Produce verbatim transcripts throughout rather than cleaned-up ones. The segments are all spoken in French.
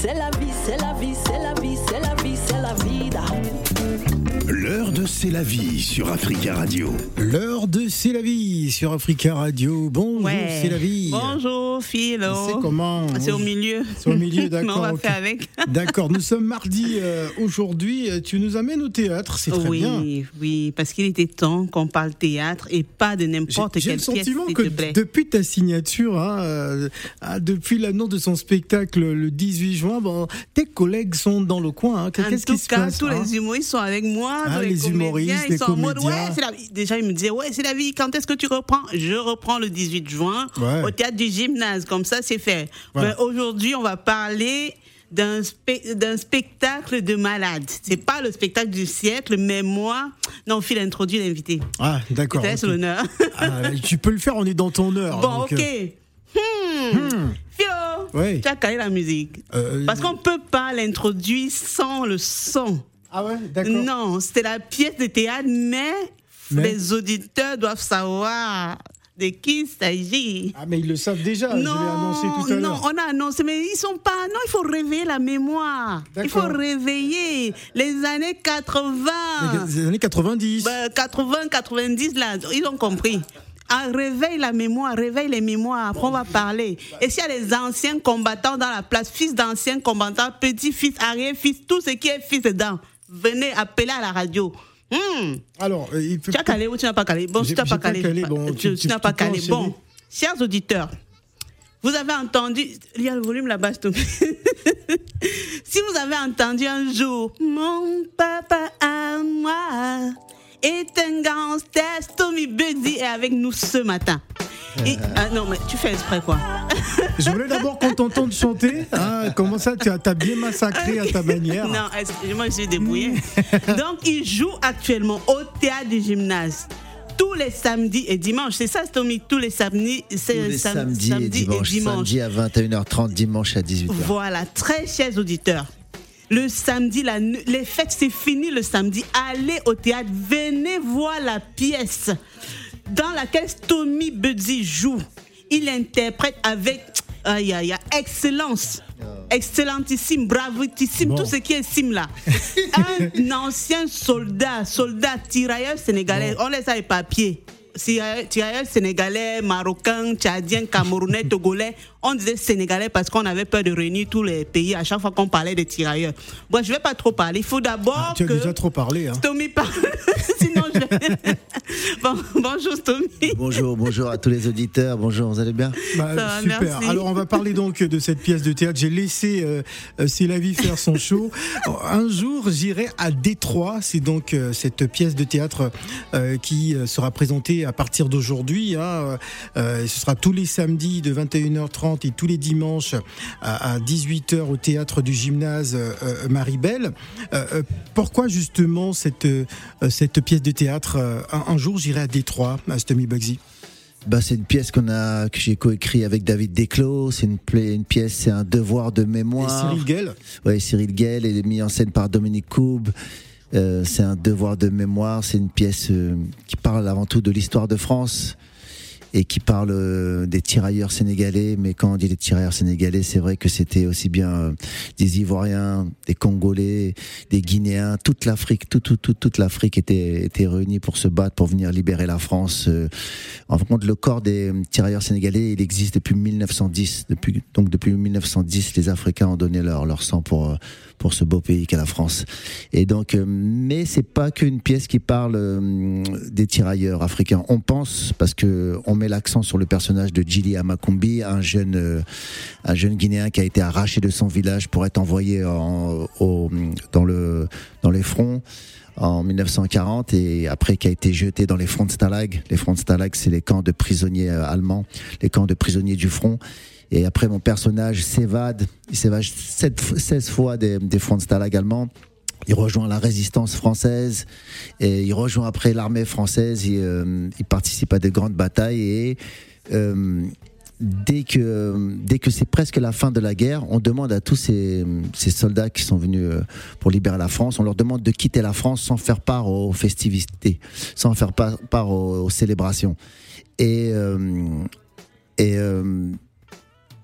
c'est la vie, c'est la vie, c'est la vie, c'est la vie, c'est la vida. L'heure de C'est la vie sur Africa Radio. L'heure de C'est la vie sur Africa Radio. Bonjour, ouais. C'est la vie. Bonjour, Philo. C'est comment? C'est au milieu. C'est au milieu, d'accord. On va okay. faire avec. D'accord, nous sommes mardi euh, aujourd'hui. Tu nous amènes au théâtre, c'est très oui, bien. Oui, oui, parce qu'il était temps qu'on parle théâtre et pas de n'importe j'ai, quelle pièce. J'ai le sentiment pièce, que s'il te plaît. depuis ta signature, hein, euh, depuis l'annonce de son spectacle le dix-huit juin, bon, tes collègues sont dans le coin. Hein. Qu'est-ce qui se passe? En tout cas, tous hein? les humoristes sont avec moi. Ah, les, les humoristes, ils les sont comédiens. En mode, ouais, c'est la vie. Déjà, ils me disaient, ouais, c'est la vie. Quand est-ce que tu reprends? Je reprends le dix-huit juin ouais. au théâtre du Gymnase. Comme ça, c'est fait. Ouais. Mais aujourd'hui, on va parler d'un, spe- d'un spectacle de malade. C'est pas le spectacle du siècle, mais moi, non, Phil introduit l'invité. Ah, d'accord. Je te laisse okay. l'honneur. Ah, tu peux le faire, on est dans ton heure. Bon, donc, ok. Euh... Hmm. Hmm. Philo, ouais. tu as calé la musique. Euh, Parce qu'on peut pas l'introduire sans le son. Ah ouais, d'accord. Non, c'était la pièce de théâtre, mais, mais... les auditeurs doivent savoir de qui il s'agit. Ah, mais ils le savent déjà, non, je l'ai annoncé tout à non, l'heure. Non, on a annoncé, mais ils sont pas... Non, il faut réveiller la mémoire. D'accord. Il faut réveiller les années quatre-vingts. Les années quatre-vingt-dix. Ben, quatre-vingts, quatre-vingt-dix, là, ils ont compris. Ah, réveille la mémoire, réveille les mémoires, après on va parler. Et s'il y a des anciens combattants dans la place, fils d'anciens combattants, petits-fils, arrière-fils, tout ce qui est fils dedans, venez appeler à la radio. Mmh. Alors, euh, il peut... Tu as calé ou tu n'as pas calé? Bon, si tu n'as pas calé, calé bon, tu, tu, tu n'as pas calé. Bon, chers auditeurs, vous avez entendu, il y a le volume là-bas, s'il te plaît. Si vous avez entendu un jour, mon papa à moi est un gangster, Tommy Bugsy est avec nous ce matin. Et, ah, non, mais tu fais exprès quoi? Je voulais d'abord qu'on t'entende chanter. Ah, comment ça, tu as, t'as bien massacré à ta manière. Non, excusez-moi, je suis débrouillée. Donc, il joue actuellement au théâtre du Gymnase. Tous les samedis et dimanches, c'est ça, Tommy, tous les samedis, c'est tous les sam- samedis, samedi et dimanche. Et dimanche. Samedi à vingt et une heures trente, dimanche à dix-huit heures. Voilà, très chers auditeurs. Le samedi, la, les fêtes, c'est fini le samedi. Allez au théâtre, venez voir la pièce dans laquelle Tommy Bugsy joue. Il interprète avec aïe, aïe, aïe, excellence, excellentissime, bravissime, bon. Tout ce qui est sim là. Un ancien soldat, soldat, tirailleur sénégalais, bon. On laisse ça les papiers. Tirailleurs sénégalais, marocains, tchadiens, camerounais, togolais. On disait sénégalais parce qu'on avait peur de réunir tous les pays à chaque fois qu'on parlait des tirailleurs. Bon, je ne vais pas trop parler. Il faut d'abord ah, tu as que déjà trop parlé. Hein. Tommy parle. Sinon, je vais... bon, bonjour Tommy. Bonjour, bonjour à tous les auditeurs. Bonjour, vous allez bien? Bah, va, super. merci. Alors, on va parler donc de cette pièce de théâtre. J'ai laissé euh, C'est la vie faire son show. Un jour, j'irai à Détroit. C'est donc euh, cette pièce de théâtre euh, qui euh, sera présentée à partir d'aujourd'hui. Hein. Euh, ce sera tous les samedis de vingt et une heures trente et tous les dimanches à, à dix-huit heures au théâtre du Gymnase euh, Maribel. Euh, pourquoi justement cette, euh, cette pièce de théâtre? Un, un jour, j'irai à Détroit, à Tommy Bugsy. Bah, c'est une pièce qu'on a, que j'ai coécrit avec David Desclos. C'est une, une pièce, c'est un devoir de mémoire. Et Cyril Gell. Oui, Cyril Gell, elle est mise en scène par Dominique Coub. Euh, c'est un devoir de mémoire. C'est une pièce euh, qui parle avant tout de l'histoire de France et qui parle euh, des tirailleurs sénégalais. Mais quand on dit les tirailleurs sénégalais, c'est vrai que c'était aussi bien euh, des Ivoiriens, des Congolais, des Guinéens, toute l'Afrique, toute toute toute, toute l'Afrique était était réunie pour se battre, pour venir libérer la France. Euh, en fin de compte, le corps des tirailleurs sénégalais, il existe depuis mille neuf cent dix. Depuis donc depuis mille neuf cent dix, les Africains ont donné leur leur sang pour pour ce beau pays qu'est la France. Et donc, euh, mais c'est pas qu'une pièce qui parle euh, des tirailleurs africains. On pense, parce que on met l'accent sur le personnage de Djili Amakumbi, un jeune, euh, un jeune Guinéen qui a été arraché de son village pour être envoyé en, au, dans le, dans les fronts en mille neuf cent quarante et après qui a été jeté dans les fronts de Stalag. Les fronts de Stalag, c'est les camps de prisonniers allemands, les camps de prisonniers du front. Et après, mon personnage s'évade, il s'évade seize fois des, des fronts de Stalag allemands. Il rejoint la résistance française et il rejoint après l'armée française. Il, euh, il participe à de grandes batailles et euh, dès que dès que c'est presque la fin de la guerre, on demande à tous ces, ces soldats qui sont venus pour libérer la France, on leur demande de quitter la France sans faire part aux festivités, sans faire part, part aux, aux célébrations. Et euh, et euh,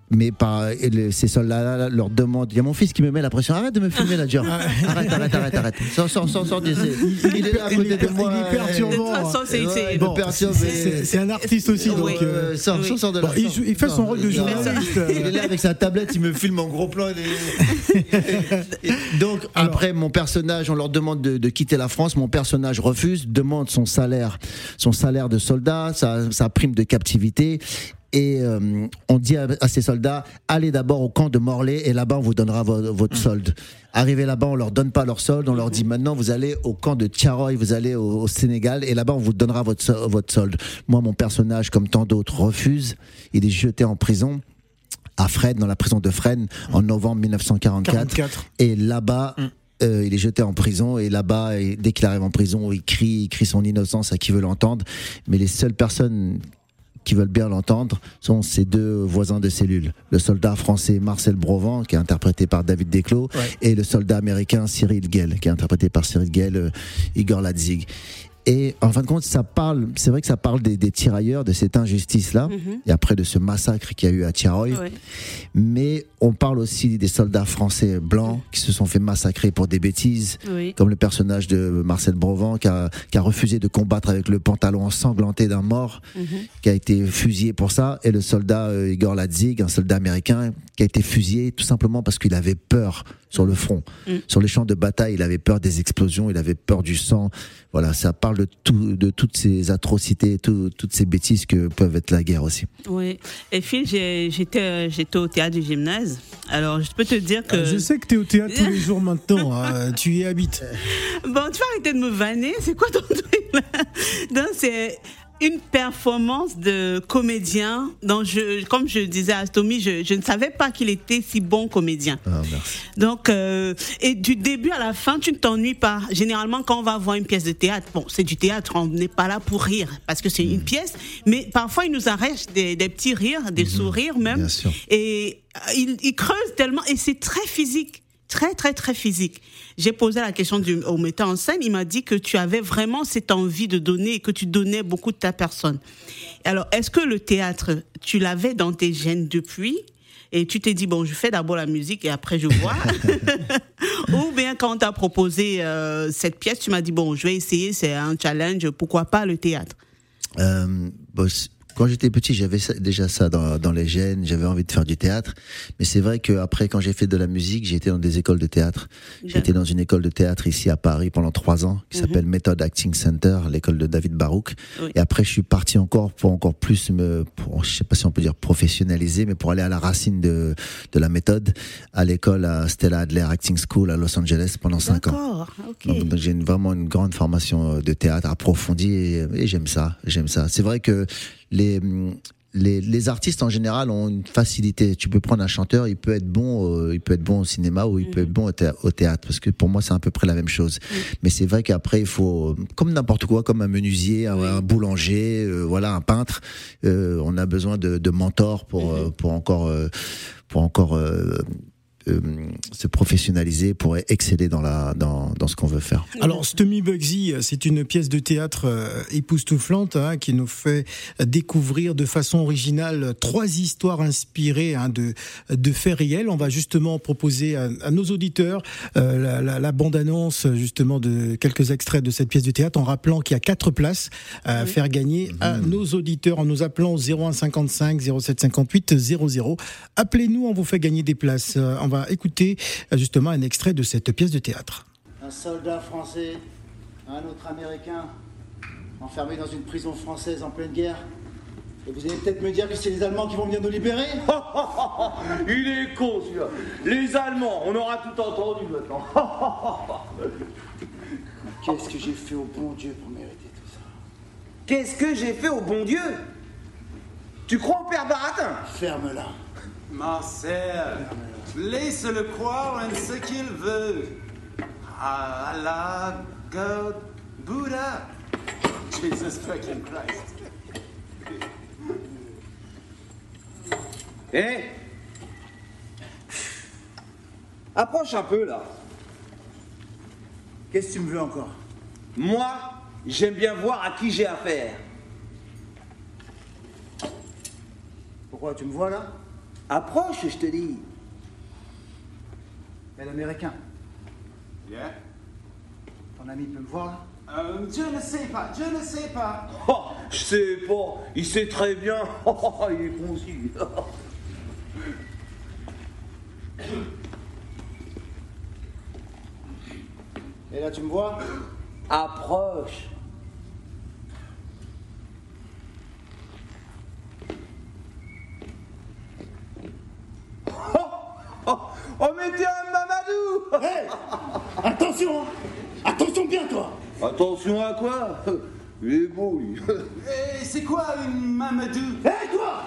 mais par, et le, ces soldats-là leur demandent. Il y a mon fils qui me met la pression. Arrête de me filmer là, Dior. Arrête, arrête, arrête, arrête. Sors, sors, sors, sors. Il, il est là à côté de moi. Il est perturbant. De toute façon, c'est, Ouais, c'est, il bon, me perturbe, c'est- mais- c'est- c'est un artiste aussi, Oui. donc. Ouais, euh, ouais, sors, oui. sors, sors de là. bon, il, sors. joue- il fait son rôle de Il est là. journaliste. Il est là avec sa tablette, il me filme en gros plan. il est- Et donc, Alors- après, mon personnage, on leur demande de, de quitter la France. Mon personnage refuse, demande son salaire, son salaire de soldat, sa, sa prime de captivité. Et euh, on dit à, à ces soldats, allez d'abord au camp de Morlaix et là-bas on vous donnera vo- votre solde. Arrivé là-bas, on leur donne pas leur solde, on leur dit maintenant vous allez au camp de Thiaroye, vous allez au, au Sénégal et là-bas on vous donnera votre, so- votre solde. Moi, mon personnage, comme tant d'autres, refuse. Il est jeté en prison à Fresnes, dans la prison de Fresnes, en novembre mille neuf cent quarante-quatre. quarante-quatre. Et là-bas, euh, il est jeté en prison. Et là-bas, et dès qu'il arrive en prison, il crie, il crie son innocence à qui veut l'entendre. Mais les seules personnes qui veulent bien l'entendre sont ses deux voisins de cellule. Le soldat français Marcel Brovan, qui est interprété par David Desclos, Ouais. et le soldat américain Cyril Gale, qui est interprété par Cyril Gale, euh, Igor Ladzig. Et en fin de compte, ça parle, c'est vrai que ça parle des, des tirailleurs, de cette injustice-là, Mhm. et après de ce massacre qu'il y a eu à Thiaroye. Ouais. Mais on parle aussi des soldats français blancs qui se sont fait massacrer pour des bêtises, Oui. comme le personnage de Marcel Brovan qui a, qui a refusé de combattre avec le pantalon ensanglanté d'un mort, Mhm. qui a été fusillé pour ça, et le soldat euh, Igor Ladzig, un soldat américain, qui a été fusillé tout simplement parce qu'il avait peur sur le front. Mm. Sur les champs de bataille, il avait peur des explosions, il avait peur du sang. Voilà, ça parle de, tout, de toutes ces atrocités, tout, toutes ces bêtises que peuvent être la guerre aussi. Oui. Et Phil, j'ai- j'étais, euh, j'étais au théâtre du gymnase. Alors, je peux te dire que. Euh, Je sais que tu es au théâtre tous les jours maintenant. hein, tu y habites. Bon, tu vas arrêter de me vanner. C'est quoi ton truc là? Donc, c'est une performance de comédien. Donc, je, comme je disais à Tommy, je, je ne savais pas qu'il était si bon comédien. Ah, merci. Donc, euh, et du début à la fin, tu ne t'ennuies pas. Généralement, quand on va voir une pièce de théâtre, bon, c'est du théâtre, on n'est pas là pour rire, parce que c'est une pièce, mais parfois, il nous arrache des, des petits rires, des sourires même. Bien sûr. Et euh, il, il creuse tellement, et c'est très physique. Très, très, très physique. J'ai posé la question du, au metteur en scène. Il m'a dit que tu avais vraiment cette envie de donner et que tu donnais beaucoup de ta personne. Alors, est-ce que le théâtre, tu l'avais dans tes gènes depuis et tu t'es dit, bon, je fais d'abord la musique et après je vois? Ou bien quand on t'a proposé euh, cette pièce, tu m'as dit, bon, je vais essayer, c'est un challenge, pourquoi pas le théâtre? Euh, bon, c- quand j'étais petit, j'avais ça- déjà ça dans, dans les gènes, j'avais envie de faire du théâtre. Mais c'est vrai qu'après, quand j'ai fait de la musique, j'ai été dans des écoles de théâtre. J'ai été dans une école de théâtre ici à Paris pendant trois ans, qui s'appelle Method Acting Center, l'école de David Barouk. Oui. Et après, je suis parti encore pour encore plus me, pour, je sais pas si on peut dire professionnaliser, mais pour aller à la racine de, de la méthode, à l'école à Stella Adler Acting School à Los Angeles pendant cinq ans. D'accord, ok. Donc, donc j'ai une, vraiment une grande formation de théâtre approfondie et, et j'aime ça, j'aime ça. C'est vrai que les, les les artistes en général ont une facilité. Tu peux prendre un chanteur, il peut être bon, euh, il peut être bon au cinéma ou il peut être bon au, thé- au théâtre, parce que pour moi c'est à peu près la même chose. Mais c'est vrai qu'après il faut, comme n'importe quoi, comme un menuisier, un, un boulanger, euh, voilà, un peintre, euh, on a besoin de, de mentors pour euh, pour encore euh, pour encore euh, euh, se professionnaliser, pour exceller dans la dans dans ce qu'on veut faire. Alors, Stommy Bugsy, c'est une pièce de théâtre euh, époustouflante hein, qui nous fait découvrir de façon originale trois histoires inspirées hein, de, de faits réels. On va justement proposer à, à nos auditeurs euh, la, la, la bande-annonce justement de quelques extraits de cette pièce de théâtre en rappelant qu'il y a quatre places à faire gagner à nos auditeurs en nous appelant au zéro un cinquante-cinq zéro sept cinquante-huit zéro zéro. Appelez-nous, on vous fait gagner des places. Euh, On va écouter euh, justement un extrait de cette pièce de théâtre. Un soldat français, un autre américain, enfermés dans une prison française en pleine guerre. Et vous allez peut-être me dire que c'est les Allemands qui vont venir nous libérer? Il est con celui-là. Les Allemands, on aura tout entendu maintenant. Qu'est-ce que j'ai fait au bon Dieu pour mériter tout ça? Qu'est-ce que j'ai fait au bon Dieu? Tu crois au Père Baratin? Ferme-la. Marcel, laisse-le croire en ce qu'il veut. Allah, God, Buddha, Jesus fucking Christ. Eh? Approche un peu là. Qu'est-ce que tu me veux encore? Moi, j'aime bien voir à qui j'ai affaire. Pourquoi tu me vois là? Approche, je te dis. Mais l'américain, Yeah? ton ami peut me voir là? Euh, je ne sais pas, je ne sais pas. Oh, je sais pas, il sait très bien. Oh, il est concis. Et là, tu me vois? Approche. Oh, oh, oh, mais t'es un Mamadou. Hey! Attention! Hein. Attention bien, toi! Attention à quoi? Il est beau, lui. Et c'est quoi une Mamadou? Hé, toi!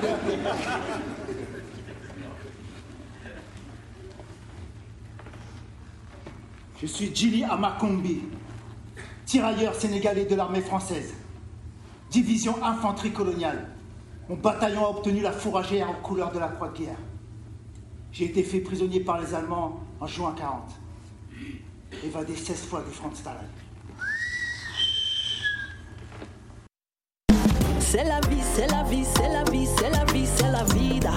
Je suis Djili Amakombi, tirailleur sénégalais de l'armée française, division infanterie coloniale. Mon bataillon a obtenu la fourragère aux couleurs de la croix de guerre. J'ai été fait prisonnier par les Allemands en juin quarante. Évadé seize fois de Franz Stalag. C'est la vie, c'est la vie, c'est la vie, c'est la vie, c'est la vida.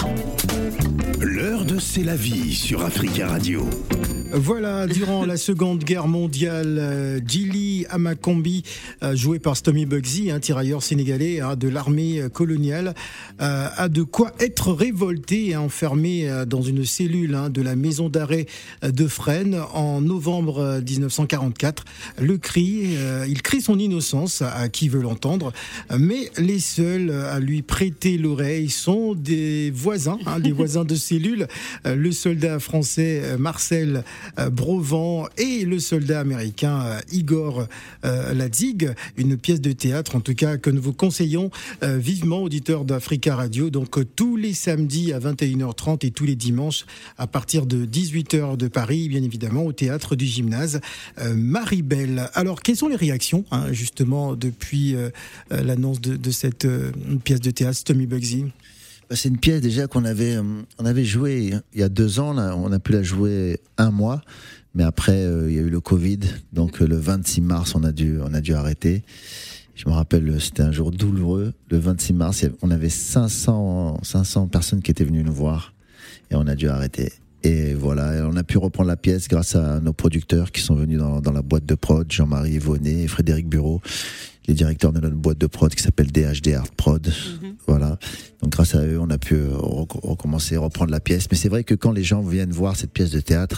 L'heure de C'est la vie sur Africa Radio. Voilà, durant la Seconde Guerre mondiale, euh, Djili Amakombi, euh, joué par Stomy Bugsy, un tirailleur sénégalais hein, de l'armée coloniale, euh, a de quoi être révolté et enfermé euh, dans une cellule hein, de la maison d'arrêt de Fresnes en novembre dix-neuf cent quarante-quatre. Le cri, euh, il crie son innocence à qui veut l'entendre, mais les seuls à lui prêter l'oreille sont des voisins, hein, des voisins de cellule, euh, le soldat français Marcel Brovant et le soldat américain Igor euh, Ladzig, une pièce de théâtre en tout cas que nous vous conseillons euh, vivement, auditeurs d'Africa Radio, donc euh, tous les samedis à vingt et une heures trente et tous les dimanches à partir de dix-huit heures de Paris, bien évidemment au théâtre du gymnase euh, Maribel. Alors quelles sont les réactions hein, justement depuis euh, l'annonce de, de cette euh, pièce de théâtre, Stomy Bugsy? C'est une pièce déjà qu'on avait, on avait joué il y a deux ans. Là, on a pu la jouer un mois, mais après euh, il y a eu le Covid, donc euh, le vingt-six mars on a dû, on a dû arrêter. Je me rappelle, c'était un jour douloureux. Le vingt-six mars, on avait cinq cents, cinq cents personnes qui étaient venues nous voir et on a dû arrêter. Et voilà, on a pu reprendre la pièce grâce à nos producteurs qui sont venus dans, dans la boîte de prod, Jean-Marie Vonnet et Frédéric Bureau, les directeurs de notre boîte de prod qui s'appelle D H D Art Prod. Mm-hmm. Voilà. Donc grâce à eux, on a pu recommencer, reprendre la pièce. Mais c'est vrai que quand les gens viennent voir cette pièce de théâtre,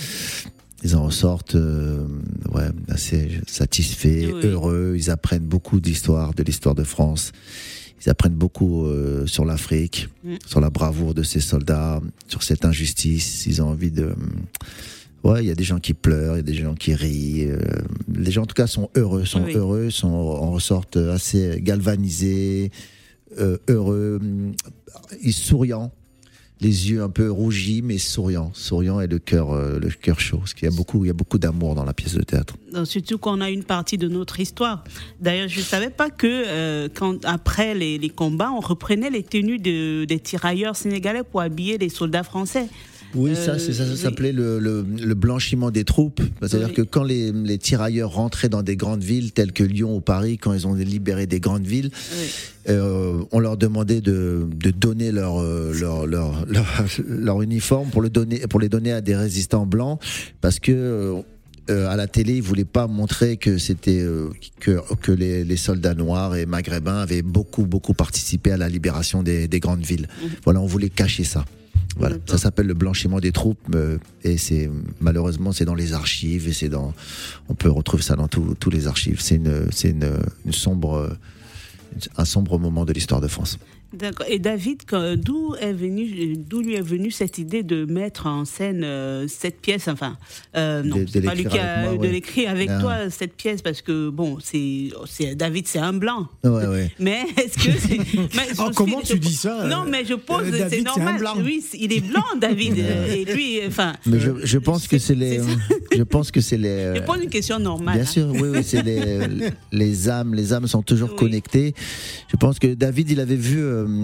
ils en ressortent euh, ouais, assez satisfaits, oui. heureux. Ils apprennent beaucoup d'histoire, de l'histoire de France. Ils apprennent beaucoup euh, sur l'Afrique, mmh. sur la bravoure de ces soldats, sur cette injustice. Ils ont envie de... Ouais, il y a des gens qui pleurent, il y a des gens qui rient. Euh, les gens, en tout cas, sont heureux, sont oui. heureux, sont, en ressortent assez galvanisés, euh, heureux, ils souriants. Les yeux un peu rougis, mais souriants, souriants et le cœur, euh, le cœur chaud. Parce qu'il y a beaucoup, il y a beaucoup d'amour dans la pièce de théâtre. Donc, surtout qu'on a une partie de notre histoire. D'ailleurs, je ne savais pas que euh, quand après les, les combats, on reprenait les tenues de, des tirailleurs sénégalais pour habiller les soldats français. Oui, ça, c'est, ça, ça s'appelait le, le, le blanchiment des troupes. C'est-à-dire oui. que quand les, les tirailleurs rentraient dans des grandes villes telles que Lyon ou Paris, quand ils ont libéré des grandes villes, oui. euh, on leur demandait de, de donner leur, leur, leur, leur, leur uniforme pour, le donner, pour les donner à des résistants blancs, parce que... Euh, à la télé, ils voulaient pas montrer que c'était euh, que que les, les soldats noirs et maghrébins avaient beaucoup beaucoup participé à la libération des, des grandes villes. Mmh. Voilà, on voulait cacher ça. Voilà, ça s'appelle le blanchiment des troupes euh, et c'est malheureusement c'est dans les archives et c'est dans on peut retrouver ça dans tous tous les archives. C'est une c'est une, une sombre un sombre moment de l'histoire de France. D'accord. Et David, d'où est venu, d'où lui est venue cette idée de mettre en scène euh, cette pièce, enfin, euh, non, de, c'est de pas lui qui a moi, de ouais. l'écrire avec ah. toi cette pièce, parce que bon, c'est, c'est David, c'est un blanc. Ouais, ouais. Mais est-ce que c'est mais oh, comment tu dis ça? Non, mais je pose, euh, David, c'est normal. C'est un blanc. Oui, il est blanc, David, et lui, enfin. Mais je, je pense que c'est les, je pense que c'est les. Je pose une question normale. Bien hein. sûr, oui, oui, c'est les, les âmes, les âmes sont toujours oui. connectées. Je pense que David, il avait vu. Euh,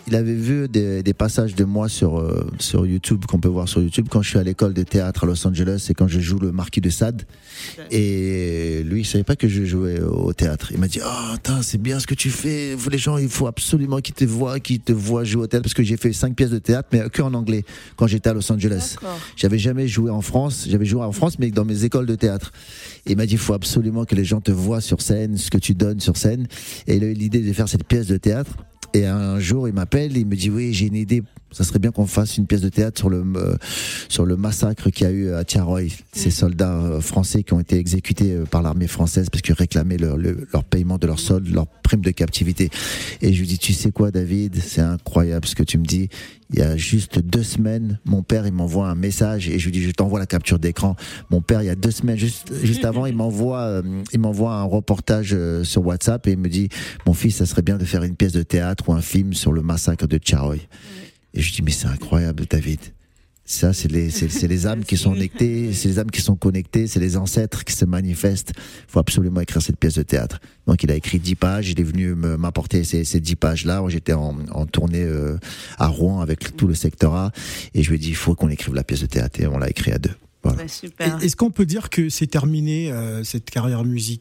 il avait vu des, des passages de moi sur, euh, sur YouTube, qu'on peut voir sur YouTube, quand je suis à l'école de théâtre à Los Angeles et quand je joue le Marquis de Sade. Et lui, il savait pas que je jouais au théâtre. Il m'a dit, oh, attends, c'est bien ce que tu fais. Les gens, il faut absolument qu'ils te voient, qu'ils te voient jouer au théâtre. Parce que j'ai fait cinq pièces de théâtre, mais que en anglais, quand j'étais à Los Angeles. D'accord. J'avais jamais joué en France. J'avais joué en France, mais dans mes écoles de théâtre. Et il m'a dit, il faut absolument que les gens te voient sur scène, ce que tu donnes sur scène. Et il a eu l'idée de faire cette pièce de théâtre. Et un jour, il m'appelle, il me dit, oui, j'ai une idée. Ça serait bien qu'on fasse une pièce de théâtre sur le, euh, sur le massacre qu'il y a eu à Tiaroy. Ces soldats euh, français qui ont été exécutés euh, par l'armée française parce qu'ils réclamaient leur, leur, leur paiement de leur solde, leur prime de captivité. Et je lui dis, tu sais quoi, David, c'est incroyable ce que tu me dis. Il y a juste deux semaines, mon père, il m'envoie un message et je lui dis, je t'envoie la capture d'écran. Mon père, il y a deux semaines, juste, juste avant, il m'envoie, euh, il m'envoie un reportage euh, sur WhatsApp et il me dit, mon fils, ça serait bien de faire une pièce de théâtre ou un film sur le massacre de Tiaroy. Et je dis, mais c'est incroyable, David. Ça, c'est les, c'est, c'est les âmes qui sont connectées, c'est les âmes qui sont connectées, c'est les ancêtres qui se manifestent. Il faut absolument écrire cette pièce de théâtre. Donc, il a écrit dix pages, il est venu me, m'apporter ces, ces dix pages-là. J'étais en, en tournée euh, à Rouen avec tout le secteur A. Et je lui ai dit, il faut qu'on écrive la pièce de théâtre. Et on l'a écrit à deux. Voilà. Ouais, super. Est-ce qu'on peut dire que c'est terminé, euh, cette carrière musicale ?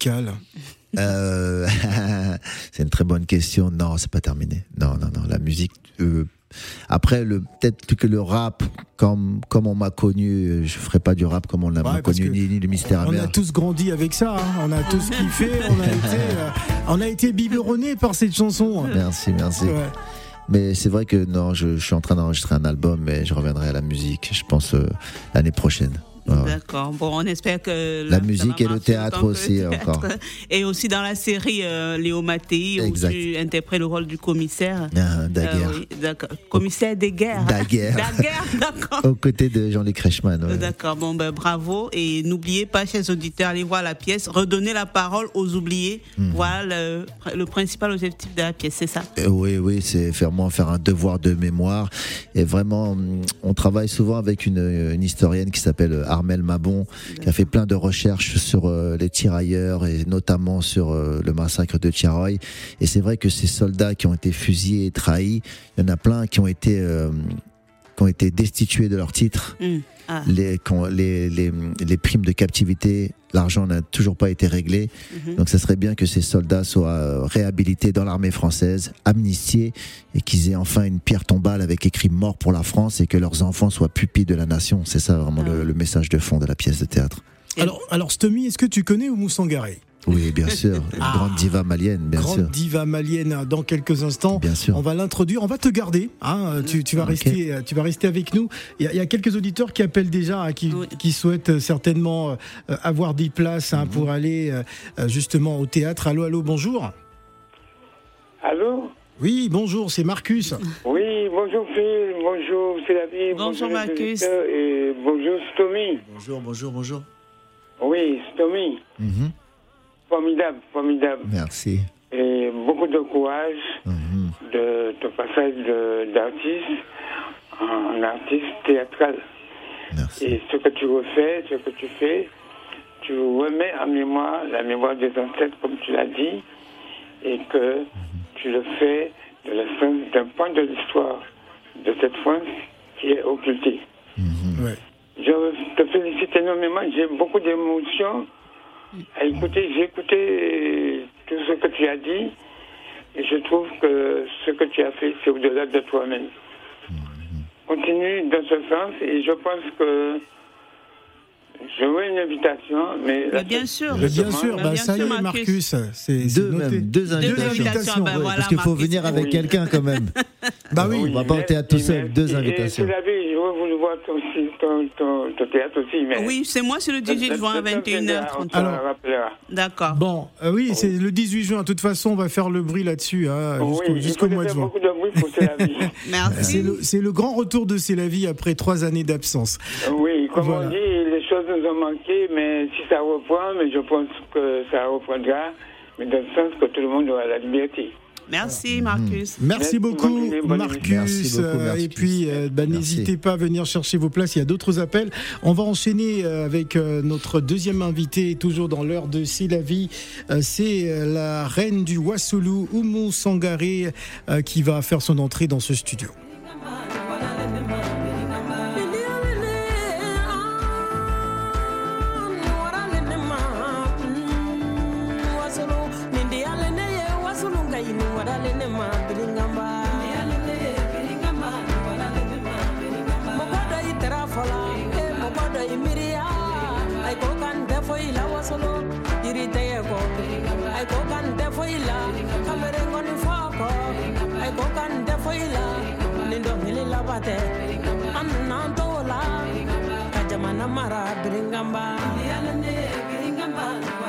euh, C'est une très bonne question. Non, c'est pas terminé. Non, non, non. La musique... Euh, Après, le, peut-être que le rap, comme, comme on m'a connu, je ferai pas du rap comme on l'a Ouais, connu, ni, ni le Mystère On Amer. a tous grandi avec ça, hein. On a tous kiffé, on a été, euh, on a été biberonnés par cette chanson. Merci, merci. Ouais. Mais c'est vrai que non, je, je suis en train d'enregistrer un album, mais je reviendrai à la musique, je pense, euh, l'année prochaine. Ouais. D'accord. Bon, on espère que la là, musique et le théâtre aussi le théâtre. encore. Et aussi dans la série euh, Léo Mattei, où Exact. tu interprètes le rôle du commissaire. Ah, Daguerre. Euh, oui, d'accord. Commissaire Daguerre. Daguerre. Daguerre, d'accord. Aux côtés de Jean-Luc Reichmann. Ouais. D'accord. Bon, ben bravo. Et n'oubliez pas, chers auditeurs, allez voir la pièce. Redonnez la parole aux oubliés. Mmh. Voilà le, le principal objectif de la pièce, c'est ça. Euh, oui, oui, c'est faire moi faire un devoir de mémoire. Et vraiment, on travaille souvent avec une, une historienne qui s'appelle Armelle Mabon, qui a fait plein de recherches sur euh, les tirailleurs et notamment sur euh, le massacre de Tiaroy. Et c'est vrai que ces soldats qui ont été fusillés et trahis, il y en a plein qui ont été euh, qui ont été destitués de leurs titres. Mmh. Ah. Les, quand, les, les, les primes de captivité, l'argent n'a toujours pas été réglé. Mmh. Donc ça serait bien que ces soldats soient réhabilités dans l'armée française, amnistiés, et qu'ils aient enfin une pierre tombale avec écrit mort pour la France et que leurs enfants soient pupilles de la nation. C'est ça vraiment ah. le, le message de fond de la pièce de théâtre. Alors, alors Stomy, est-ce que tu connais Oumou Sangaré ? Oui, bien sûr. Une ah, grande diva malienne, bien grande sûr. Grande diva malienne. Dans quelques instants, bien sûr. On va l'introduire. On va te garder. Hein, tu, tu, vas okay. rester, tu vas rester avec nous. Il y, a, il y a quelques auditeurs qui appellent déjà, hein, qui, oui. qui souhaitent certainement euh, avoir des places hein, mm-hmm. pour aller euh, justement au théâtre. Allô, allô, bonjour. Allô ? Oui, bonjour, c'est Marcus. Oui, bonjour Phil, bonjour c'est la vie. Bonjour, bonjour Marcus. Et bonjour Stomy. Bonjour, bonjour, bonjour. Oui, Stomy. Mm-hmm. Formidable, formidable. Merci. Et beaucoup de courage mm-hmm. de ton passage de, d'artiste en artiste théâtral. Merci. Et ce que tu refais, ce que tu fais, tu remets en mémoire la mémoire des ancêtres, comme tu l'as dit, et que mm-hmm. tu le fais de la, d'un point de l'histoire de cette France qui est occultée. Mm-hmm. Ouais. Je te félicite énormément, j'ai beaucoup d'émotions à écouter. J'ai écouté tout ce que tu as dit et je trouve que ce que tu as fait, c'est au-delà de toi-même. Continue dans ce sens et je pense que je veux une invitation, mais... mais bien sûr. Mais bien sûr, bah, bien sûr, ça y est, Marcus. C'est, deux, c'est même, deux invitations. Deux invitations ben ouais, voilà, parce qu'il faut Marcus. venir avec oui. quelqu'un quand même. Bah oui, on va pas au théâtre tout seul, mais, deux et, invitations. Et tu l'avais, je veux vous voir ton, ton, ton, ton théâtre aussi. Mais oui, c'est moi, c'est le dix-huit juin à vingt et une heures trente. Alors, d'accord. Bon, euh, oui, c'est le dix-huit juin. De toute façon, on va faire le bruit là-dessus hein, jusqu'au, oui, jusqu'au mois de juin. Beaucoup de bruit pour C'est la vie. Merci. C'est le, c'est le grand retour de C'est la vie après trois années d'absence. Oui, comme voilà. on dit, les choses nous ont manqué, mais si ça reprend, mais je pense que ça reprendra, mais dans le sens que tout le monde aura la liberté. Merci Marcus. Merci, Merci, beaucoup bonne journée, bonne Marcus. Merci beaucoup, Euh, Marcus. Et puis euh, bah, Merci. n'hésitez pas à venir chercher vos places, il y a d'autres appels. On va enchaîner euh, avec euh, notre deuxième invité, toujours dans l'heure de C'est la vie. Euh, c'est euh, la reine du Wassoulou, Oumou Sangaré, euh, qui va faire son entrée dans ce studio. Mara Bringamba, Bringamba,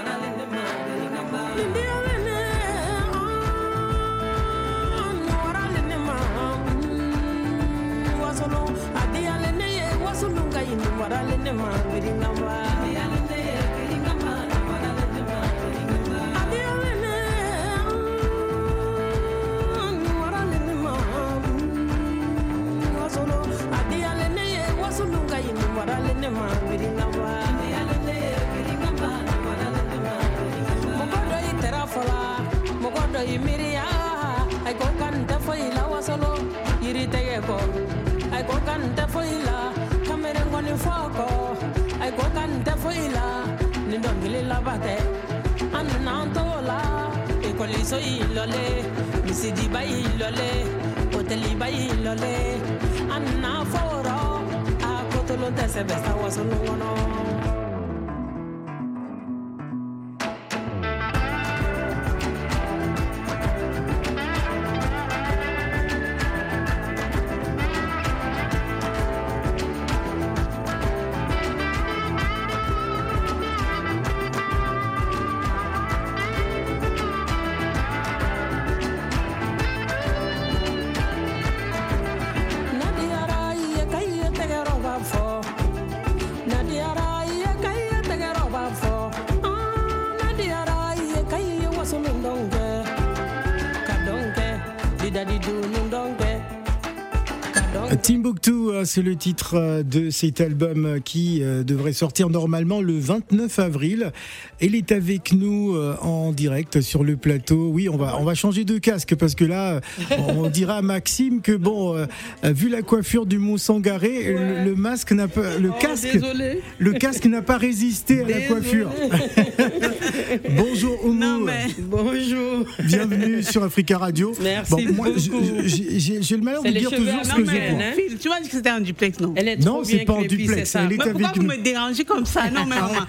So ilole, misidi ba ilole, hoteli ba ilole, anna foro, akotolo tese besta wasonono. Timbuktu, c'est le titre de cet album qui devrait sortir normalement le vingt-neuf avril. Elle est avec nous en direct sur le plateau. Oui, on va, on va changer de casque parce que là, on dira à Maxime que bon, vu la coiffure du Mont Sangaré, le, le masque n'a pas, le casque, oh, le casque n'a pas résisté à désolé. La coiffure. Bonjour Oumou. Mais... Bonjour. Bienvenue sur Africa Radio. Merci bon, moi, beaucoup. J'ai, j'ai le malheur de dire toujours ce que je vois. Hein? Tu vois que c'était un duplex, non? Elle est trop non, c'est bien pas un duplex. C'est ça. Mais pourquoi vous me dérangez comme ça? Non, mais maman.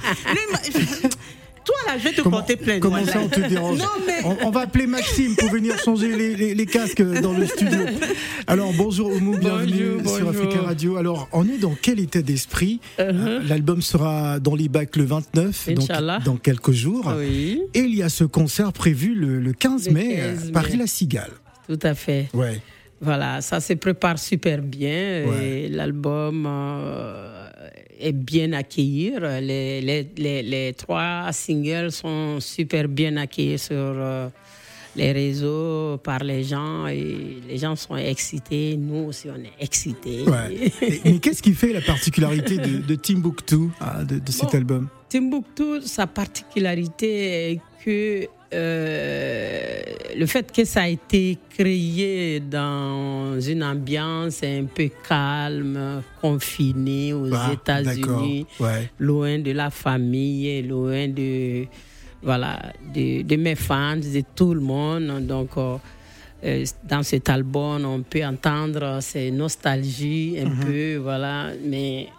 Toi, là, je vais te comment, porter plainte. Comment ça, on te dérange? Non, mais... on, on va appeler Maxime pour venir changer les, les, les casques dans le studio. Alors, bonjour Oumou, bienvenue bonjour, sur bonjour. Africa Radio. Alors, on est dans quel état d'esprit? uh-huh. L'album sera dans les bacs le vingt-neuf, donc dans quelques jours. Oui. Et il y a ce concert prévu le, le quinze mai à Paris-la-Cigale. Tout à fait. Ouais. Voilà, ça se prépare super bien. Ouais. Et l'album... Euh... est bien accueilli. Les, les, les, les trois singles sont super bien accueillis sur euh, les réseaux, par les gens. Et les gens sont excités. Nous aussi, on est excités. Ouais. Et, mais qu'est-ce qui fait la particularité de, de Timbuktu, hein, de, de cet bon, album? Timbuktu, sa particularité est que Euh, le fait que ça a été créé dans une ambiance un peu calme, confinée aux ah, États-Unis, ouais. loin de la famille, loin de, voilà, de, de mes fans, de tout le monde. Donc, euh, dans cet album, on peut entendre ces nostalgies un mm-hmm. peu, voilà, mais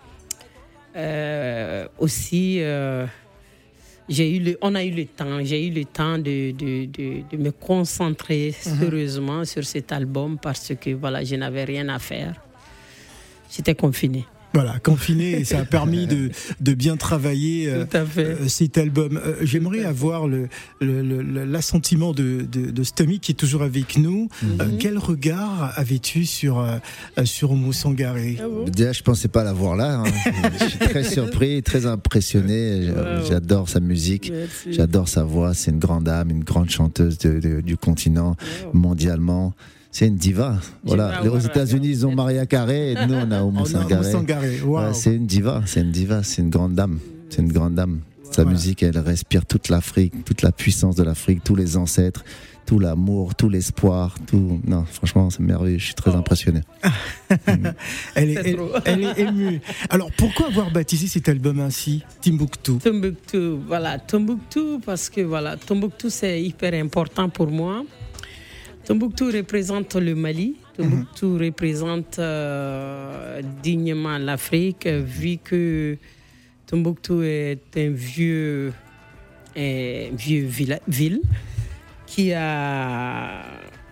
euh, aussi... Euh, J'ai eu le, on a eu le temps, j'ai eu le temps de, de, de, de me concentrer mm-hmm. sérieusement sur cet album parce que voilà, je n'avais rien à faire. J'étais confinée. Voilà, confiné, et ça a permis de, de bien travailler euh, euh, cet album. Euh, j'aimerais avoir le, le, le, l'assentiment de, de, de Stomy qui est toujours avec nous. Mm-hmm. Euh, quel regard avais-tu sur, euh, sur Oumou Sangaré? Ah bon? Déjà, je ne pensais pas la voir là. Hein. Je suis très surpris, très impressionné. Wow. J'adore sa musique, merci. J'adore sa voix. C'est une grande âme, une grande chanteuse de, de, du continent, wow. mondialement. C'est une diva. Voilà. Aux États-Unis, ils ont Maria Carey et nous, on a Oumou Sangaré. Wow. Ouais, c'est une diva. C'est une diva. C'est une grande dame. C'est une grande dame. Sa voilà. musique, elle respire toute l'Afrique, toute la puissance de l'Afrique, tous les ancêtres, tout l'amour, tout l'espoir. Tout. Non, franchement, c'est merveilleux. Je suis très oh. impressionné. elle, est, elle, elle est émue. Alors, pourquoi avoir baptisé cet album ainsi, Timbuktu? Timbuktu, voilà. Timbuktu, parce que voilà, Timbuktu, c'est hyper important pour moi. Timbuktu représente le Mali, Timbuktu mm-hmm. représente euh, dignement l'Afrique, vu que Timbuktu est un vieux, un vieux ville, ville qui, a,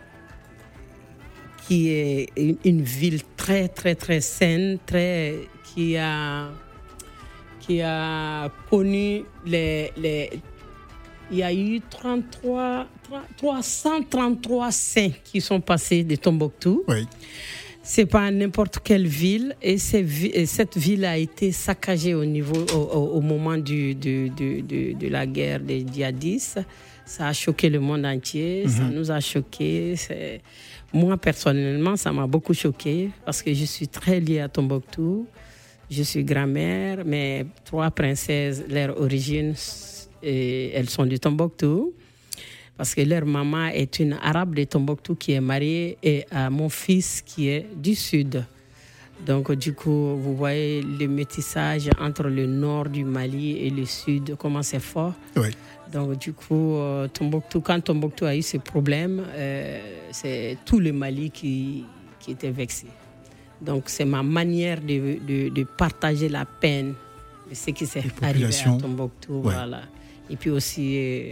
qui est une, une ville très, très, très saine, très, qui, a, qui a connu les... les il y a eu trente-trois, trois cent trente-trois saints qui sont passés de Tombouctou. Oui. C'est pas n'importe quelle ville. Et, et cette ville a été saccagée au, niveau, au, au moment du, du, du, du, de la guerre des djihadistes. Ça a choqué le monde entier. Mm-hmm. Ça nous a choqués. C'est... Moi, personnellement, ça m'a beaucoup choqué parce que je suis très liée à Tombouctou. Je suis grand-mère. Mes trois princesses, leur origine... Et elles sont de Tombouctou parce que leur maman est une arabe de Tombouctou qui est mariée et à mon fils qui est du sud. Donc du coup, vous voyez le métissage entre le nord du Mali et le sud, comment c'est fort. Oui. Donc du coup, euh, Tombouctou, quand Tombouctou a eu ce problème, euh, c'est tout le Mali qui, qui était vexé. Donc c'est ma manière de, de, de partager la peine de ce qui s'est arrivé à Tombouctou. Ouais. Voilà. Et puis aussi euh,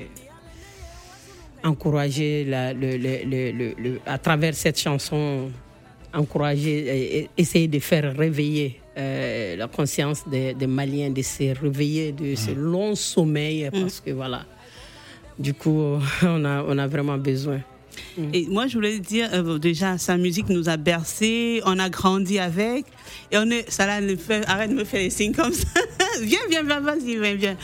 encourager la, le, le, le, le, le, à travers cette chanson, encourager, euh, essayer de faire réveiller euh, la conscience des, des Maliens, de se réveiller de mmh. ce long sommeil, parce mmh. que voilà, du coup, on a, on a vraiment besoin. Et moi, je voulais dire, euh, déjà, sa musique nous a bercés, on a grandi avec, et on est, ça là, ne fait, arrête de me faire des signes comme ça. viens, viens, viens, vas-y, viens, viens.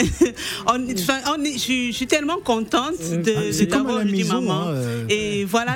on, on est, je, je suis tellement contente de, ah, de d'avoir dit maman. Hein, euh... Et voilà,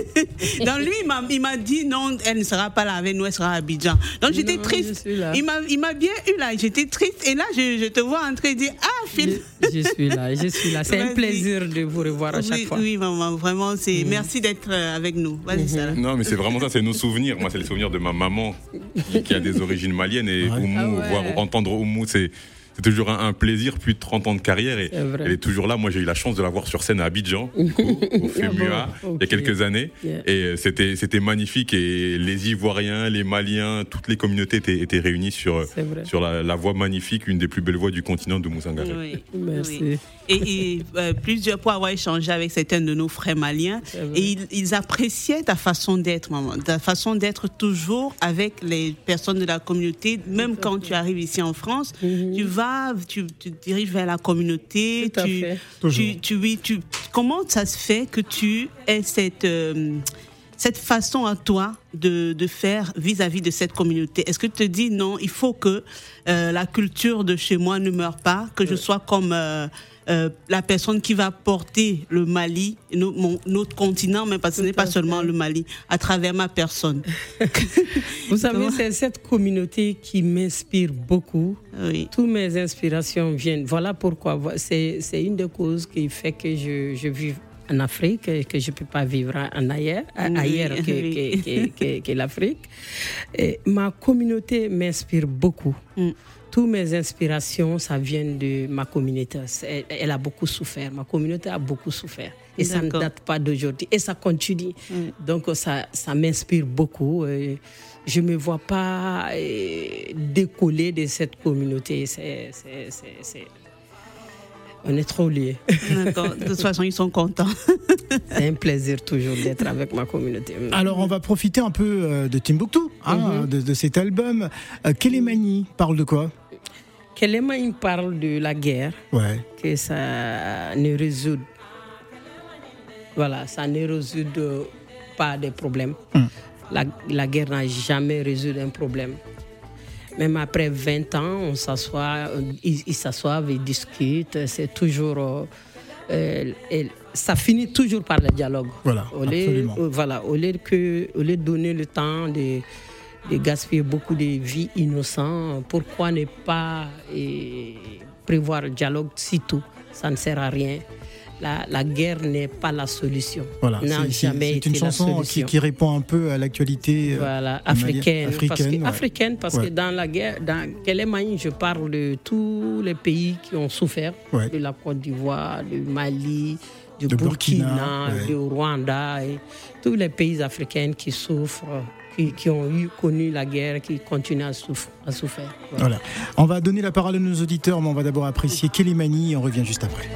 je, donc lui, il m'a, il m'a dit non, elle ne sera pas là avec nous, elle sera à Abidjan. Donc j'étais non, triste. Il m'a, il m'a bien eu là, j'étais triste, et là, je, je te vois en train de dire, ah, Phil. Je, je suis là, je suis là. C'est vas-y. Un plaisir de vous revoir à chaque oui, fois. Oui, maman, vraiment. C'est... Mmh. Merci d'être avec nous. Vas-y, Sarah. Non, mais c'est vraiment ça, c'est nos souvenirs. Moi, c'est les souvenirs de ma maman qui, qui a des origines maliennes. Et ouais. Oumou, ah ouais. voir, entendre Oumou, c'est, c'est toujours un, un plaisir. Plus de trente ans de carrière. Et elle est toujours là. Moi, j'ai eu la chance de la voir sur scène à Abidjan, au, au FEMUA, ah bon, okay. il y a quelques années. Yeah. Et c'était, c'était magnifique. Et les Ivoiriens, les Maliens, toutes les communautés étaient, étaient réunies sur, sur la, la voix magnifique, une des plus belles voix du continent de Oumou Sangaré. Oui, merci. Oui. Et, et euh, plusieurs fois avoir échangé avec certains de nos frères maliens et ils, ils appréciaient ta façon d'être, maman, ta façon d'être toujours avec les personnes de la communauté, même quand tu arrives ici en France, mm-hmm. tu vas, tu, tu te diriges vers la communauté, tout tu, tu, tu, oui, tu, comment ça se fait que tu aies cette euh, cette façon à toi de, de faire vis-à-vis de cette communauté? Est-ce que tu te dis non, il faut que euh, la culture de chez moi ne meure pas, que je sois comme euh, euh, la personne qui va porter le Mali, no, mon, notre continent, mais parce que ce n'est pas seulement le Mali, à travers ma personne. Vous savez, c'est cette communauté qui m'inspire beaucoup. Oui. Toutes mes inspirations viennent. Voilà pourquoi. C'est, c'est une des causes qui fait que je, je vis en Afrique, que je ne peux pas vivre en ailleurs, oui, ailleurs que, oui. que, que, que, que l'Afrique. Et ma communauté m'inspire beaucoup. Mm. Toutes mes inspirations, ça vient de ma communauté. Elle, elle a beaucoup souffert. Ma communauté a beaucoup souffert. Et D'accord. ça ne date pas d'aujourd'hui. Et ça continue. Mm. Donc, ça, ça m'inspire beaucoup. Je ne me vois pas décoller de cette communauté. C'est... c'est, c'est, c'est On est trop liés. D'accord. De toute façon, ils sont contents. C'est un plaisir toujours d'être avec ma communauté. Alors, on va profiter un peu de Timbuktu, hein, mm-hmm. de, de cet album. Euh, Kélémani parle de quoi? Kélémani parle de la guerre. Ouais. Que ça ne résout. Voilà, ça ne résout pas des problèmes. Mm. La, la guerre n'a jamais résolu un problème. Même après vingt ans, on s'assoit, ils, ils s'assoient, ils discutent. C'est toujours, euh, et ça finit toujours par le dialogue. Voilà, au lieu, absolument. Au, voilà, au lieu que, au lieu de donner le temps de, de gaspiller beaucoup de vies innocentes, pourquoi ne pas et, prévoir le dialogue si tout? Ça ne sert à rien. La, la guerre n'est pas la solution. Voilà, n'a c'est, jamais c'est été une chanson qui, qui répond un peu à l'actualité voilà, africaine. africaine parce que, ouais. africaine, parce ouais. que dans la guerre, dans Kélémani, je parle de tous les pays qui ont souffert, ouais. de la Côte d'Ivoire, du Mali, du de Burkina, Burkina ouais. du Rwanda, et tous les pays africains qui souffrent. Qui, qui ont eu, connu la guerre, qui continuent à, souffre, à souffrir. Voilà. Voilà. On va donner la parole à nos auditeurs, mais on va d'abord apprécier Kélémani et on revient juste après.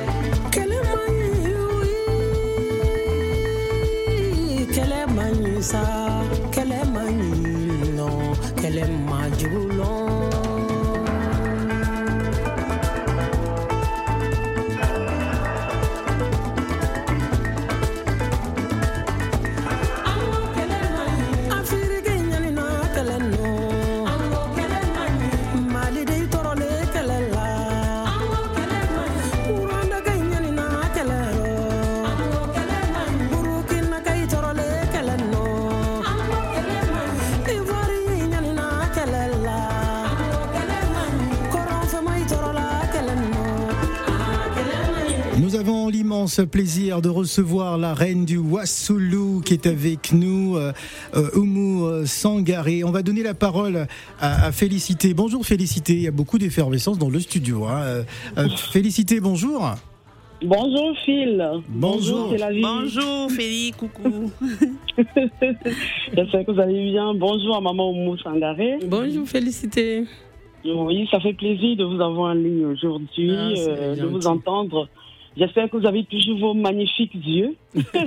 Nous avons l'immense plaisir de recevoir la reine du Wassoulou qui est avec nous, euh, Oumou Sangaré. On va donner la parole à, à Félicité. Bonjour Félicité, il y a beaucoup d'effervescence dans le studio. Hein. Euh, euh, Félicité, bonjour. Bonjour Phil. Bonjour. C'est la vie. Bonjour Féli, coucou. J'espère que vous allez bien. Bonjour à maman Oumou Sangaré. Bonjour Félicité. Oui, ça fait plaisir de vous avoir en ligne aujourd'hui, ah, euh, de vous entendre. J'espère que vous avez toujours vos magnifiques yeux.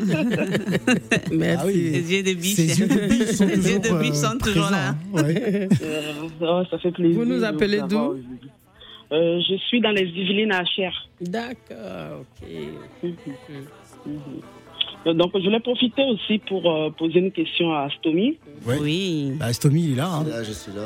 Merci. Ah oui. Les yeux de biche. Ces yeux de biche sont toujours, yeux de biche sont euh, toujours là. Ouais. euh, oh, ça fait plaisir. Vous nous appelez d'où? euh, Je suis dans les Yvelines à Cher. D'accord, ok. Mm-hmm. Mm-hmm. Donc, je voulais profiter aussi pour euh, poser une question à Astomi. Ouais. Oui. Bah, Astomi, il est là. Hein. Là, je suis là.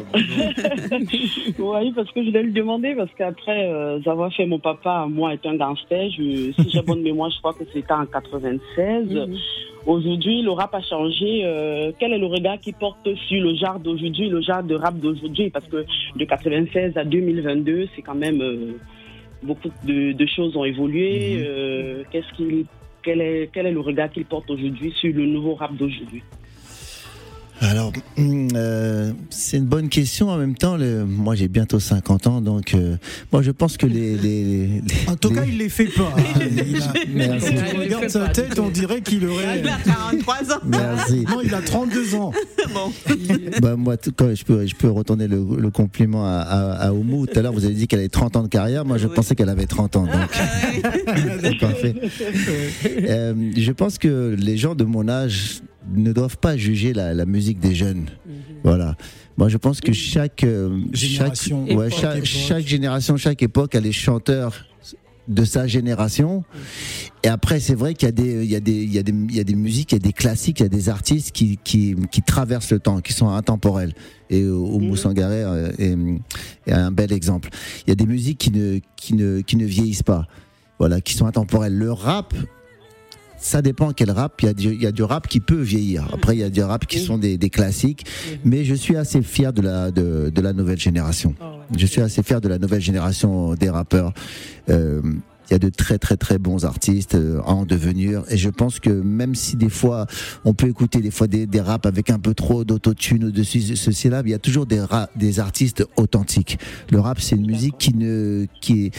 Oui, parce que je voulais le demander, parce qu'après euh, avoir fait mon papa, moi, est un gangster, je, si j'ai bonne mémoire, je crois que c'était en quatre-vingt-seize. Mm-hmm. Aujourd'hui, le rap a changé. Euh, quel est le regard qu'il porte sur le genre d'aujourd'hui, le genre de rap d'aujourd'hui? Parce que de quatre-vingt-seize à deux mille vingt-deux, c'est quand même... Euh, beaucoup de, de choses ont évolué. Mm-hmm. Euh, qu'est-ce qu'il... Quel est, quel est le regard qu'il porte aujourd'hui sur le nouveau rap d'aujourd'hui? Alors, euh, c'est une bonne question. En même temps, le, moi j'ai bientôt cinquante ans, donc euh, moi je pense que les... les, les en tout les... cas, il les fait pas. Hein. Il a... Merci. Quand on regarde sa tête, on dirait qu'il aurait... Il a quarante-trois ans. Merci. Non, il a trente-deux ans. Bon. Bah, moi, tout, quand je peux, je peux retourner le, le compliment à, à, à Oumou. Tout à l'heure, vous avez dit qu'elle avait trente ans de carrière. Moi, je oui. pensais qu'elle avait trente ans. Donc, c'est parfait. Euh, je pense que les gens de mon âge ne doivent pas juger la, la musique des jeunes. Mm-hmm. Voilà. Moi, je pense que chaque euh, génération, chaque, ouais, époque, chaque, époque. chaque génération, chaque époque a les chanteurs de sa génération. Et après, c'est vrai qu'il y a des, il y a des, il y a des, il y a des musiques, il y a des classiques, il y a des artistes qui, qui, qui traversent le temps, qui sont intemporels. Et Oumou Sangaré est, est un bel exemple. Il y a des musiques qui ne, qui ne, qui ne vieillissent pas. Voilà, qui sont intemporelles. Le rap, ça dépend quel rap. Il y a du, il y a du rap qui peut vieillir. Après, il y a du rap qui sont des, des classiques. Mais je suis assez fier de la, de, de la nouvelle génération. Je suis assez fier de la nouvelle génération des rappeurs. Euh, il y a de très très très bons artistes en devenir. Et je pense que même si des fois, on peut écouter des fois des, des raps avec un peu trop d'autotune au-dessus de ceci là, il y a toujours des, rap, des artistes authentiques. Le rap, c'est une musique qui ne, qui est,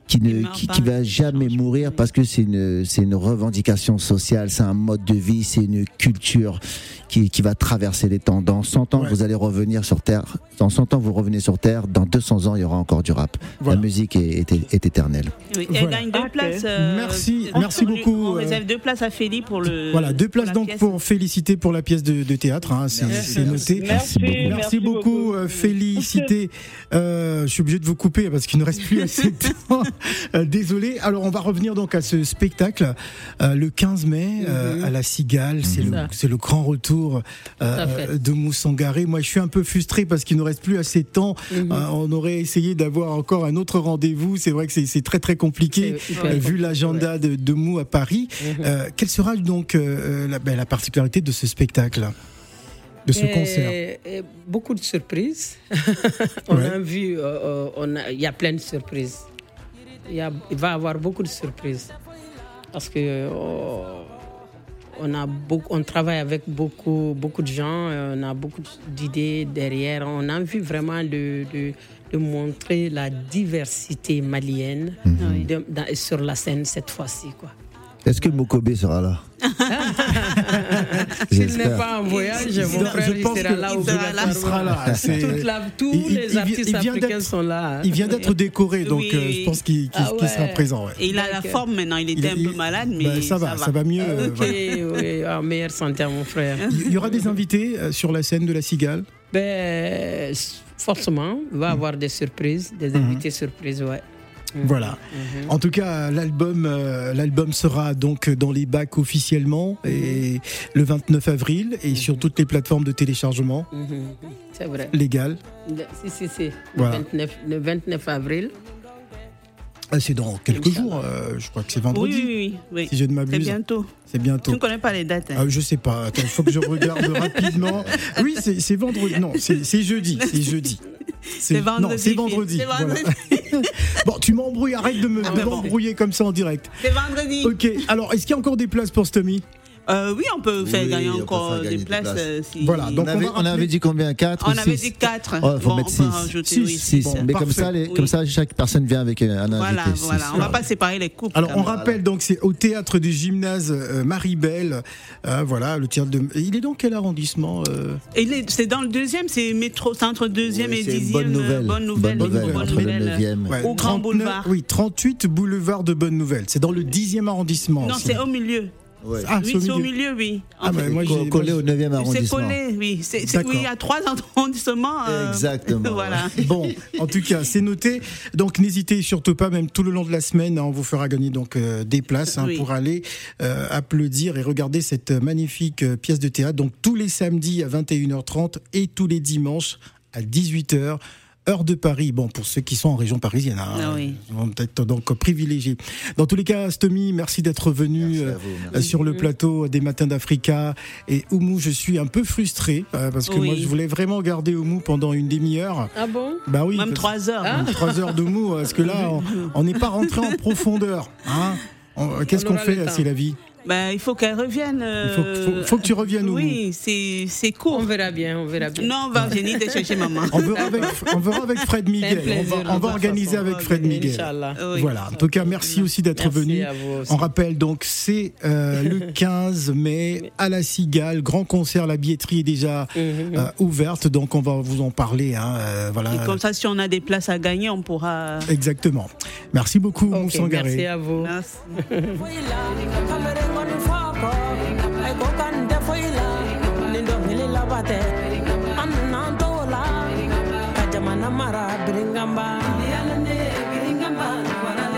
qui ne qui, qui va jamais mourir parce que c'est une c'est une revendication sociale, c'est un mode de vie, c'est une culture qui qui va traverser les temps. Dans cent ans, ouais. vous allez revenir sur terre. Dans cent ans, vous revenez sur terre. Dans deux cents ans, il y aura encore du rap. Voilà. La musique est, est, est éternelle. Oui, elle voilà. gagne deux okay. places. Euh, merci, on, merci beaucoup. On réserve deux places à Félie pour le. Voilà, deux places donc pièce. Pour féliciter pour la pièce de, de théâtre. Hein, c'est, c'est noté. Merci, merci, merci beaucoup. beaucoup. Félicité. Euh, je suis obligé de vous couper parce qu'il ne reste plus assez de temps. Euh, désolé. Alors, on va revenir donc à ce spectacle euh, le quinze mai euh, mm-hmm. à la Cigale. C'est, mm-hmm. le, c'est le grand retour euh, de Oumou Sangaré. Moi, je suis un peu frustré parce qu'il ne reste plus assez de temps. Mm-hmm. Euh, on aurait essayé d'avoir encore un autre rendez-vous. C'est vrai que c'est, c'est très très compliqué euh, vu l'agenda ouais. de, de Mou à Paris. Mm-hmm. Euh, quelle sera donc euh, la, ben, la particularité de ce spectacle, de ce et, concert? Et beaucoup de surprises. on ouais. a vu, euh, on a, il y a plein de surprises. Il, y a, il va y avoir beaucoup de surprises parce que euh, on a beaucoup, on travaille avec beaucoup, beaucoup de gens. On a beaucoup d'idées derrière. On a envie vraiment de, de, de montrer la diversité malienne mm-hmm. de, de, sur la scène cette fois-ci, quoi. Est-ce que Mokobé sera là? S'il n'est pas en voyage, mon frère il sera là. Il sera là. Il sera là. Toute la, tous il, les il, artistes il africains sont là. Hein. Il vient d'être décoré, donc oui. euh, je pense qu'il, qu'il, ah ouais. qu'il sera présent. Ouais. Et il a la forme maintenant. Il était il, un peu malade, mais bah, ça, va, ça va, ça va mieux. Ok, voilà. Oui, en meilleure santé à mon frère. Il y aura des invités euh, sur la scène de la Cigale? Ben, forcément, il va y avoir des surprises, des invités mm-hmm. surprises, ouais. Voilà. Mm-hmm. En tout cas, l'album, euh, l'album sera donc dans les bacs officiellement et le vingt-neuf avril et mm-hmm. sur toutes les plateformes de téléchargement. Mm-hmm. C'est vrai. Légales. Si, si, si. Voilà. Le, vingt-neuf, le vingt-neuf avril. Ah, c'est dans quelques jours, euh, je crois que c'est vendredi. Oui, oui, oui. Si je ne m'abuse. C'est bientôt. C'est bientôt. Tu ne connais pas les dates. Hein. Ah, je sais pas. Attends, il faut que je regarde rapidement. Oui, c'est, c'est vendredi. Non, c'est, c'est jeudi. C'est jeudi. C'est, c'est vendredi. Non, c'est vendredi. C'est vendredi. Voilà. Bon, tu m'embrouilles. Arrête de me, de m'embrouiller comme ça en direct. C'est vendredi. Ok. Alors, est-ce qu'il y a encore des places pour Stomy? Euh, oui, on peut faire oui, gagner encore faire gagner des places. Des places. Euh, si... Voilà, donc on, avait, on avait dit combien? quatre On ou avait six? dit quatre. Il oh, faut bon, mettre six. Bon, mais comme ça, les, oui. comme ça, chaque personne vient avec un invité. Voilà, voilà. On ne va pas séparer les couples. Alors, on voilà. rappelle, donc, c'est au théâtre du gymnase euh, Marie-Belle. Euh, voilà, le théâtre de. Il est dans quel arrondissement euh... Il est, c'est dans le deuxième, c'est métro, c'est entre deuxième oui, et dixième. Bonne nouvelle. Bonne nouvelle. Bonne nouvelle. Bonne nouvelle. Ouais, au Grand Boulevard. Oui, trente-huit boulevard de Bonne Nouvelle. C'est dans le dixième arrondissement. Non, aussi. C'est au milieu. Ouais. Ah, oui, c'est au milieu, oui. Ah, bah, moi, j'ai collé au neuvième arrondissement. C'est collé, oui. C'est, c'est, oui, il y a trois arrondissements. Euh, Exactement. Voilà. Bon, en tout cas, c'est noté. Donc, n'hésitez surtout pas, même tout le long de la semaine, hein, on vous fera gagner donc euh, des places hein, oui. pour aller euh, applaudir et regarder cette magnifique euh, pièce de théâtre. Donc, tous les samedis à vingt et une heures trente et tous les dimanches à dix-huit heures. Heure de Paris, bon, pour ceux qui sont en région parisienne, hein, ah oui. ils vont peut-être donc privilégiés. Dans tous les cas, Stomy, merci d'être venu merci vous, merci. sur le plateau des Matins d'Africa. Et Oumou, je suis un peu frustré, euh, parce que oui. moi, je voulais vraiment garder Oumou pendant une demi-heure. Ah bon? Bah oui. Même trois heures. Même trois heures d'Oumou, parce que là, on n'est pas rentré en profondeur. Hein. On, qu'est-ce on qu'on fait, c'est la vie? Ben, il faut qu'elle revienne. Euh... Il faut, faut, faut que tu reviennes. Oui, c'est, c'est court. On verra bien, on verra bien. Non, on va venir de chercher maman. On verra avec, on verra avec Fred Miguel. On va, on va organiser avec Fred Miguel. Inch'Allah. Oui. Voilà. En tout cas, merci aussi d'être merci venu. On rappelle donc, c'est euh, le quinze mai à la Cigale, grand concert. La billetterie est déjà mm-hmm. euh, ouverte, donc on va vous en parler. Hein, euh, voilà. Et comme ça, si on a des places à gagner, on pourra. Exactement. Merci beaucoup, okay, Oumou Sangaré. Merci à vous. Merci. Mara bringamba, bringamba,